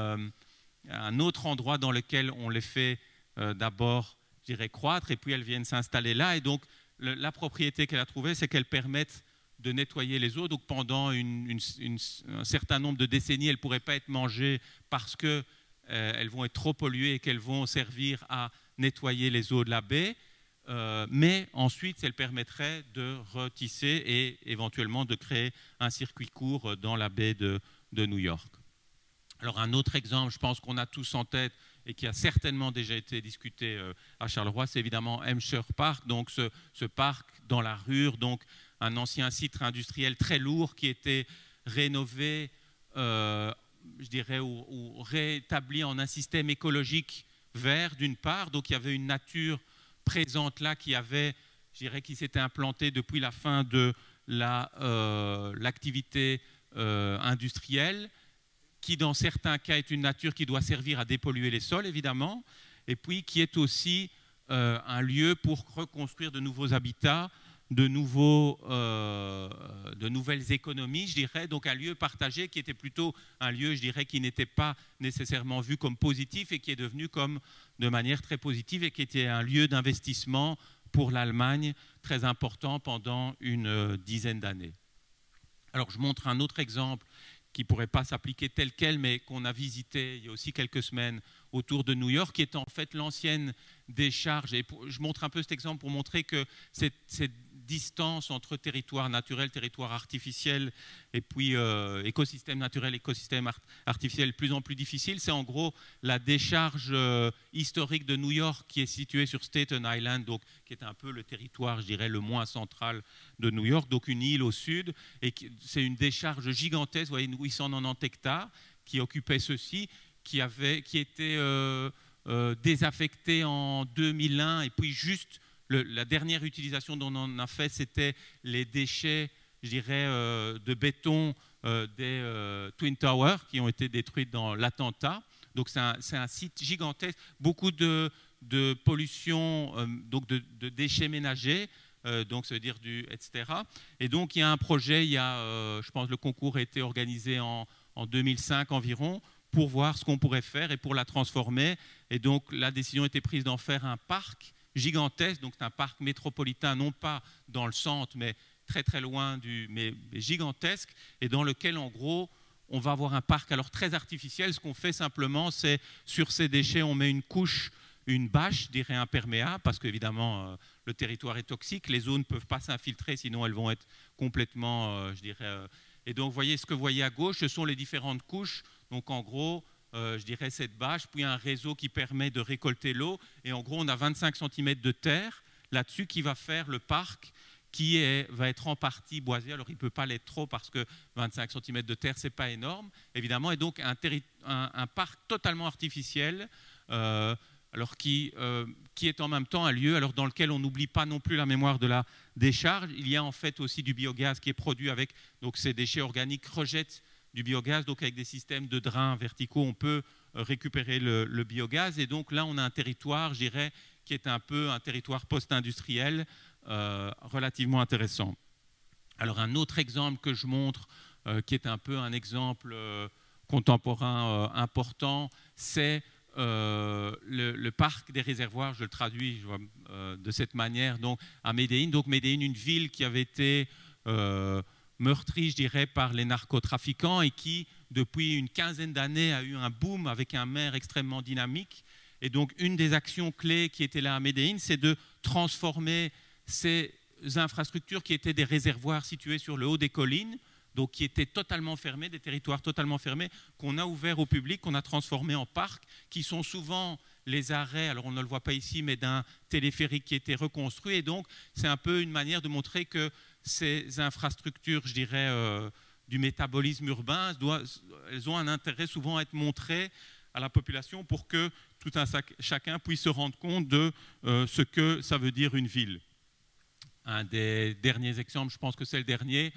un autre endroit dans lequel on les fait d'abord, je dirais, croître, et puis elles viennent s'installer là. Et donc, la propriété qu'elle a trouvée, c'est qu'elles permettent de nettoyer les eaux. Donc, pendant un certain nombre de décennies, elles ne pourraient pas être mangées parce qu'elles vont être trop polluées et qu'elles vont servir à nettoyer les eaux de la baie. Mais ensuite, elle permettrait de retisser et éventuellement de créer un circuit court dans la baie de New York. Alors, un autre exemple, je pense qu'on a tous en tête et qui a certainement déjà été discuté à Charleroi, c'est évidemment Hampshire Park, donc ce parc dans la Ruhr, donc un ancien site industriel très lourd qui était rénové, je dirais, ou rétabli en un système écologique vert d'une part. Donc, il y avait une nature présente là qui s'était implantée depuis la fin de l'activité industrielle, qui dans certains cas est une nature qui doit servir à dépolluer les sols évidemment, et puis qui est aussi un lieu pour reconstruire de nouveaux habitats, de nouvelles économies, je dirais, donc un lieu partagé qui était plutôt un lieu, je dirais, qui n'était pas nécessairement vu comme positif et qui est devenu comme de manière très positive et qui était un lieu d'investissement pour l'Allemagne très important pendant une dizaine d'années. Alors je montre un autre exemple qui ne pourrait pas s'appliquer tel quel, mais qu'on a visité il y a aussi quelques semaines autour de New York, qui est en fait l'ancienne décharge. Et je montre un peu cet exemple pour montrer que cette distance entre territoire naturel, territoire artificiel, et puis écosystème naturel, écosystème artificiel, de plus en plus difficile. C'est en gros la décharge historique de New York qui est située sur Staten Island, donc, qui est un peu le territoire, je dirais, le moins central de New York, donc une île au sud. Et c'est une décharge gigantesque, vous voyez, 890 hectares, qui occupait ceci, qui était désaffecté en 2001, et puis juste la dernière utilisation dont on a fait, c'était les déchets, je dirais, de béton des Twin Towers qui ont été détruits dans l'attentat. Donc c'est un site gigantesque, beaucoup de pollution, donc de déchets ménagers, donc ça veut dire etc. Et donc il y a un projet, je pense que le concours a été organisé en 2005 environ, pour voir ce qu'on pourrait faire et pour la transformer. Et donc la décision a été prise d'en faire un parc gigantesque, donc c'est un parc métropolitain, non pas dans le centre, mais très très loin mais gigantesque, et dans lequel en gros on va avoir un parc alors très artificiel. Ce qu'on fait simplement, c'est sur ces déchets, on met une bâche, je dirais imperméable, parce qu'évidemment le territoire est toxique, les eaux ne peuvent pas s'infiltrer, sinon elles vont être complètement, je dirais... Et donc, vous voyez, ce que vous voyez à gauche, ce sont les différentes couches. Donc, en gros, je dirais cette bâche, puis un réseau qui permet de récolter l'eau. Et en gros, on a 25 cm de terre là-dessus qui va faire le parc qui va être en partie boisé. Alors, il ne peut pas l'être trop parce que 25 cm de terre, ce n'est pas énorme, évidemment. Et donc, un parc totalement artificiel, alors qui est en même temps un lieu alors dans lequel on n'oublie pas non plus la mémoire de la décharge. Il y a en fait aussi du biogaz qui est produit avec, donc ces déchets organiques rejettent du biogaz, donc avec des systèmes de drains verticaux, on peut récupérer le biogaz. Et donc là, on a un territoire, je dirais, qui est un peu un territoire post-industriel relativement intéressant. Alors un autre exemple que je montre, qui est un peu un exemple contemporain important, c'est le parc des réservoirs, je le traduis de cette manière, donc à Medellín. Donc Medellín, une ville qui avait été meurtrie, je dirais, par les narcotrafiquants et qui, depuis une quinzaine d'années, a eu un boom avec un maire extrêmement dynamique. Et donc une des actions clés qui était là à Medellín, c'est de transformer ces infrastructures qui étaient des réservoirs situés sur le haut des collines, donc qui étaient totalement fermés, des territoires totalement fermés, qu'on a ouverts au public, qu'on a transformés en parcs, qui sont souvent les arrêts, alors on ne le voit pas ici, mais d'un téléphérique qui a été reconstruit. Et donc, c'est un peu une manière de montrer que ces infrastructures, je dirais, du métabolisme urbain, elles ont un intérêt souvent à être montrées à la population pour que tout un chacun puisse se rendre compte de ce que ça veut dire une ville. Un des derniers exemples, je pense que c'est le dernier,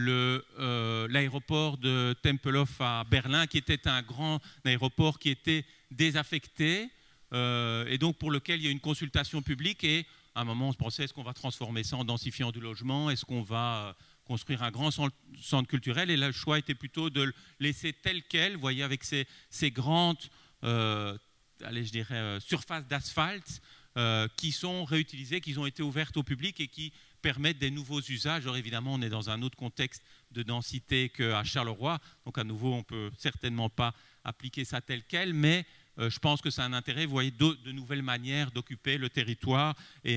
l'aéroport de Tempelhof à Berlin, qui était un grand aéroport qui était désaffecté et donc pour lequel il y a une consultation publique. Et à un moment, on se pensait, est-ce qu'on va transformer ça en densifiant du logement? Est-ce qu'on va construire un grand centre culturel? Et là, le choix était plutôt de le laisser tel quel, vous voyez, avec ces grandes allez, je dirais, surfaces d'asphalte qui sont réutilisées, qui ont été ouvertes au public et qui permettent des nouveaux usages. Alors évidemment, on est dans un autre contexte de densité qu'à Charleroi, donc à nouveau, on ne peut certainement pas appliquer ça tel quel, mais je pense que c'est un intérêt, vous voyez, de nouvelles manières d'occuper le territoire et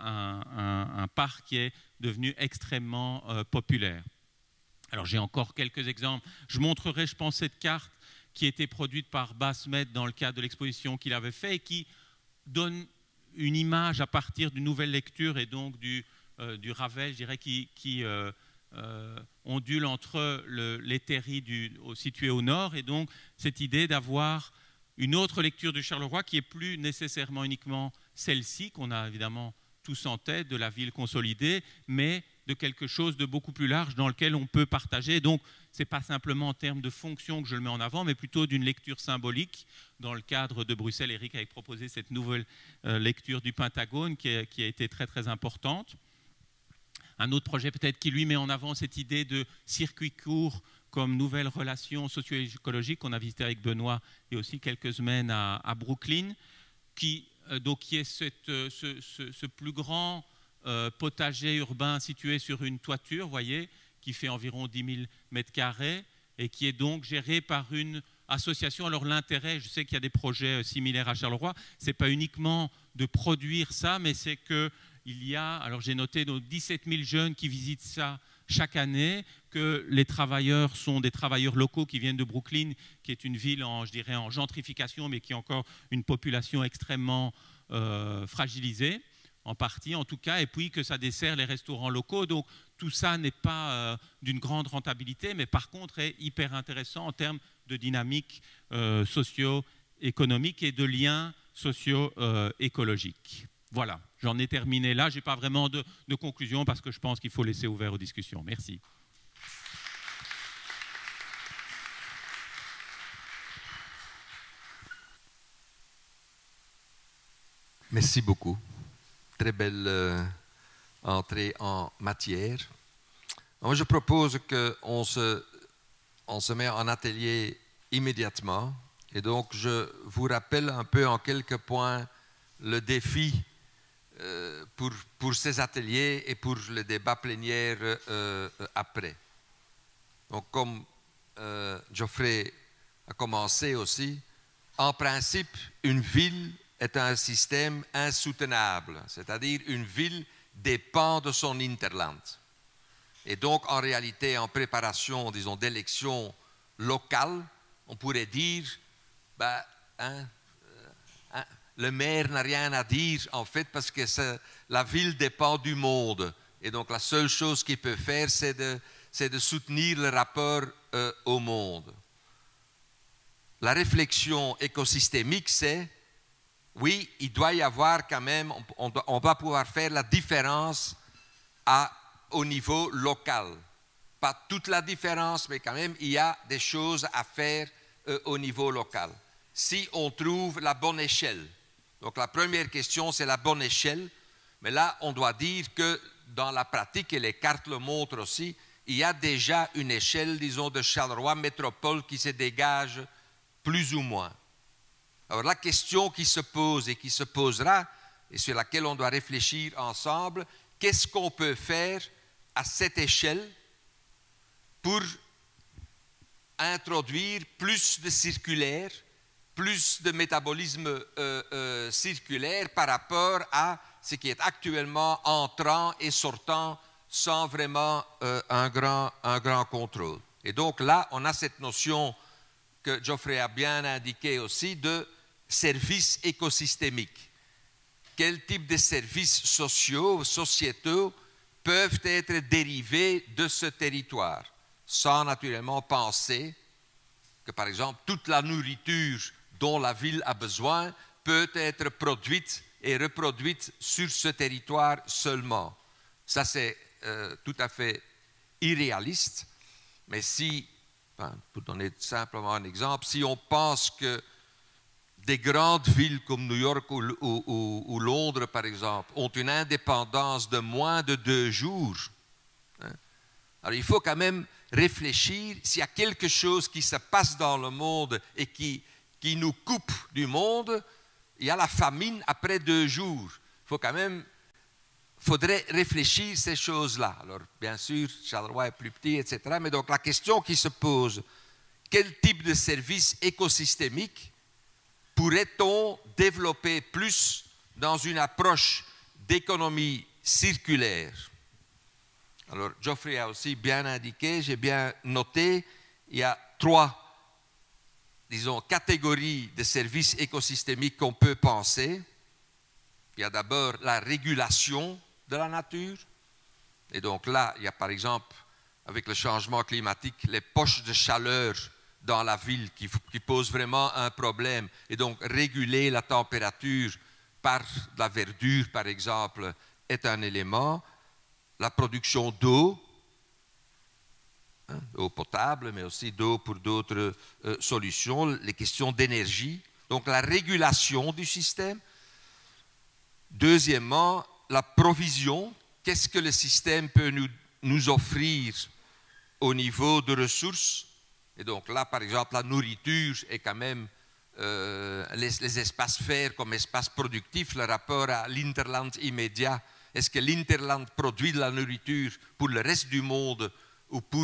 un parc qui est devenu extrêmement populaire. Alors j'ai encore quelques exemples. Je montrerai, je pense, cette carte qui a été produite par Basmet dans le cadre de l'exposition qu'il avait fait et qui donne une image à partir d'une nouvelle lecture et donc du Ravel, je dirais, qui ondule entre les terris situés au nord, et donc cette idée d'avoir une autre lecture du Charleroi qui est plus nécessairement uniquement celle-ci, qu'on a évidemment tous en tête, de la ville consolidée, mais de quelque chose de beaucoup plus large dans lequel on peut partager. Donc, ce n'est pas simplement en termes de fonction que je le mets en avant, mais plutôt d'une lecture symbolique. Dans le cadre de Bruxelles, Eric avait proposé cette nouvelle lecture du Pentagone qui a été très, très importante. Un autre projet peut-être qui lui met en avant cette idée de circuit court comme nouvelle relation socio-écologique qu'on a visité avec Benoît et aussi quelques semaines à Brooklyn, qui est ce plus grand potager urbain situé sur une toiture, vous voyez, qui fait environ 10 000 mètres carrés. et qui est donc géré par une association. Alors l'intérêt, je sais qu'il y a des projets similaires à Charleroi, ce n'est pas uniquement de produire ça, mais c'est qu'il y a, alors j'ai noté donc 17 000 jeunes qui visitent ça chaque année, que les travailleurs sont des travailleurs locaux qui viennent de Brooklyn, qui est une ville en, je dirais, en gentrification, mais qui a encore une population extrêmement fragilisée, en partie en tout cas, et puis que ça dessert les restaurants locaux. Donc tout ça n'est pas d'une grande rentabilité, mais par contre est hyper intéressant en termes de dynamique socio-économique et de liens socio-écologiques. Voilà, j'en ai terminé là. Je n'ai pas vraiment de conclusion parce que je pense qu'il faut laisser ouvert aux discussions. Merci. Merci beaucoup. Très belle entrée en matière. Moi, je propose qu'on se met en atelier immédiatement. Et donc, je vous rappelle un peu en quelques points le défi pour ces ateliers et pour le débat plénière après. Donc, comme Geoffrey a commencé aussi, en principe, une ville est un système insoutenable, c'est-à-dire une ville dépend de son hinterland. Et donc, en réalité, en préparation, disons, d'élections locales, on pourrait dire, le maire n'a rien à dire, en fait, parce que la ville dépend du monde. Et donc, la seule chose qu'il peut faire, c'est de soutenir le rapport au monde. La réflexion écosystémique, c'est, oui, il doit y avoir quand même, on doit pouvoir faire la différence au niveau local. Pas toute la différence, mais quand même, il y a des choses à faire au niveau local. Si on trouve la bonne échelle. Donc la première question, c'est la bonne échelle. Mais là, on doit dire que dans la pratique, et les cartes le montrent aussi, il y a déjà une échelle, disons, de Charleroi métropole qui se dégage plus ou moins. Alors la question qui se pose et qui se posera, et sur laquelle on doit réfléchir ensemble, qu'est-ce qu'on peut faire à cette échelle pour introduire plus de circulaire, plus de métabolisme circulaire par rapport à ce qui est actuellement entrant et sortant sans vraiment un grand contrôle. Et donc là, on a cette notion que Geoffrey a bien indiquée aussi de services écosystémiques. Quel type de services sociaux, sociétaux peuvent être dérivés de ce territoire, sans naturellement penser que, par exemple, toute la nourriture dont la ville a besoin peut être produite et reproduite sur ce territoire seulement. Ça, c'est tout à fait irréaliste. Mais si, pour donner simplement un exemple, si on pense que des grandes villes comme New York ou Londres, par exemple, ont une indépendance de moins de 2 jours, alors il faut quand même réfléchir s'il y a quelque chose qui se passe dans le monde et qui nous coupe du monde. Il y a la famine après 2 jours. Faudrait réfléchir ces choses-là. Alors, bien sûr, Charleroi est plus petit, etc. Mais donc, la question qui se pose, quel type de service écosystémique pourrait-on développer plus dans une approche d'économie circulaire? Alors, Geoffrey a aussi bien indiqué, j'ai bien noté, il y a 3, disons, catégories de services écosystémiques qu'on peut penser. Il y a d'abord la régulation de la nature. Et donc là, il y a par exemple, avec le changement climatique, les poches de chaleur dans la ville qui posent vraiment un problème. Et donc, réguler la température par de la verdure, par exemple, est un élément. La production d'eau, eau potable, mais aussi d'eau pour d'autres solutions, les questions d'énergie. Donc, la régulation du système. Deuxièmement, la provision. Qu'est-ce que le système peut nous offrir au niveau de ressources? Et donc là, par exemple, la nourriture est quand même les espaces verts comme espace productif, le rapport à l'interland immédiat. Est-ce que l'interland produit de la nourriture pour le reste du monde ou pour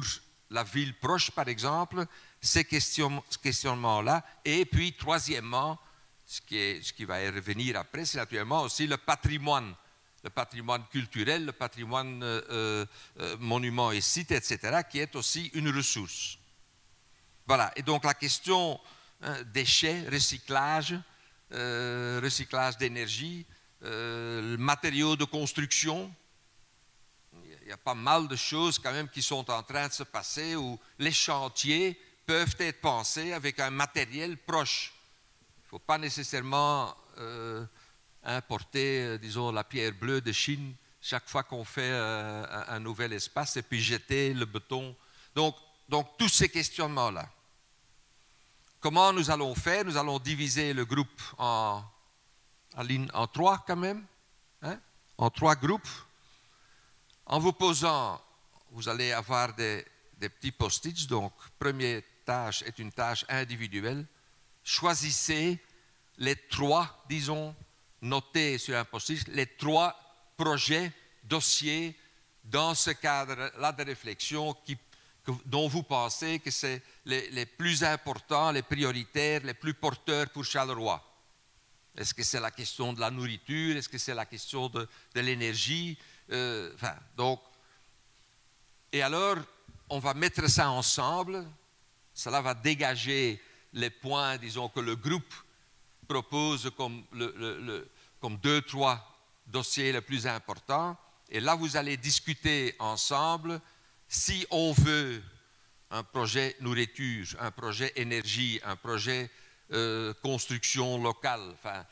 la ville proche, par exemple, ces questionnements-là. Et puis, troisièmement, ce qui va y revenir après, c'est naturellement aussi le patrimoine culturel, le patrimoine monuments et sites, etc., qui est aussi une ressource. Voilà, et donc la question déchets, recyclage d'énergie, matériaux de construction. Il y a pas mal de choses quand même qui sont en train de se passer où les chantiers peuvent être pensés avec un matériel proche. Il ne faut pas nécessairement importer, disons, la pierre bleue de Chine chaque fois qu'on fait un nouvel espace et puis jeter le béton. Donc tous ces questionnements-là. Comment nous allons faire? Nous allons diviser le groupe en trois quand même, hein? En 3 groupes. En vous posant, vous allez avoir des petits post-its. Donc, première tâche est une tâche individuelle. Choisissez les 3, disons, notez sur un post-it, les 3 projets, dossiers dans ce cadre-là de réflexion dont vous pensez que c'est les plus importants, les prioritaires, les plus porteurs pour Charleroi. Est-ce que c'est la question de la nourriture? Est-ce que c'est la question de l'énergie? Donc, et alors, on va mettre ça ensemble. Cela va dégager les points, disons, que le groupe propose comme 2-3 dossiers les plus importants. Et là, vous allez discuter ensemble si on veut un projet nourriture, un projet énergie, un projet construction locale.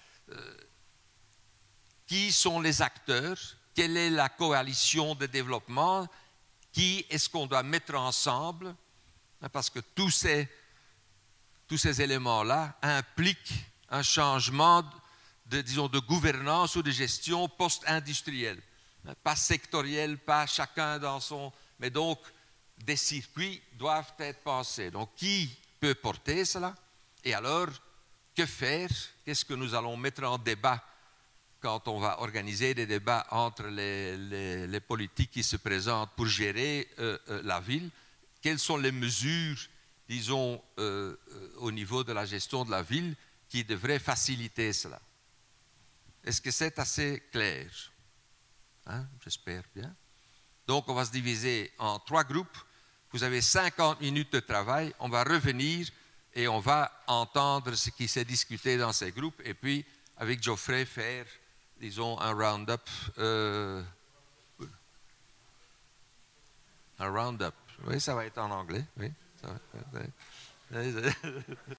Qui sont les acteurs? Quelle est la coalition de développement? Qui est-ce qu'on doit mettre ensemble? Parce que tous ces éléments-là impliquent un changement de gouvernance ou de gestion post-industrielle. Pas sectoriel, pas chacun dans son... Mais donc, des circuits doivent être pensés. Donc, qui peut porter cela? Et alors, que faire? Qu'est-ce que nous allons mettre en débat quand on va organiser des débats entre les politiques qui se présentent pour gérer la ville? Quelles sont les mesures, disons, au niveau de la gestion de la ville qui devraient faciliter cela? Est-ce que c'est assez clair? Hein? J'espère bien. Donc, on va se diviser en 3 groupes. Vous avez 50 minutes de travail. On va revenir et on va entendre ce qui s'est discuté dans ces groupes. Et puis, avec Geoffrey, faire, disons, un round-up. Un round-up. Oui, ça va être en anglais. Oui, ça va.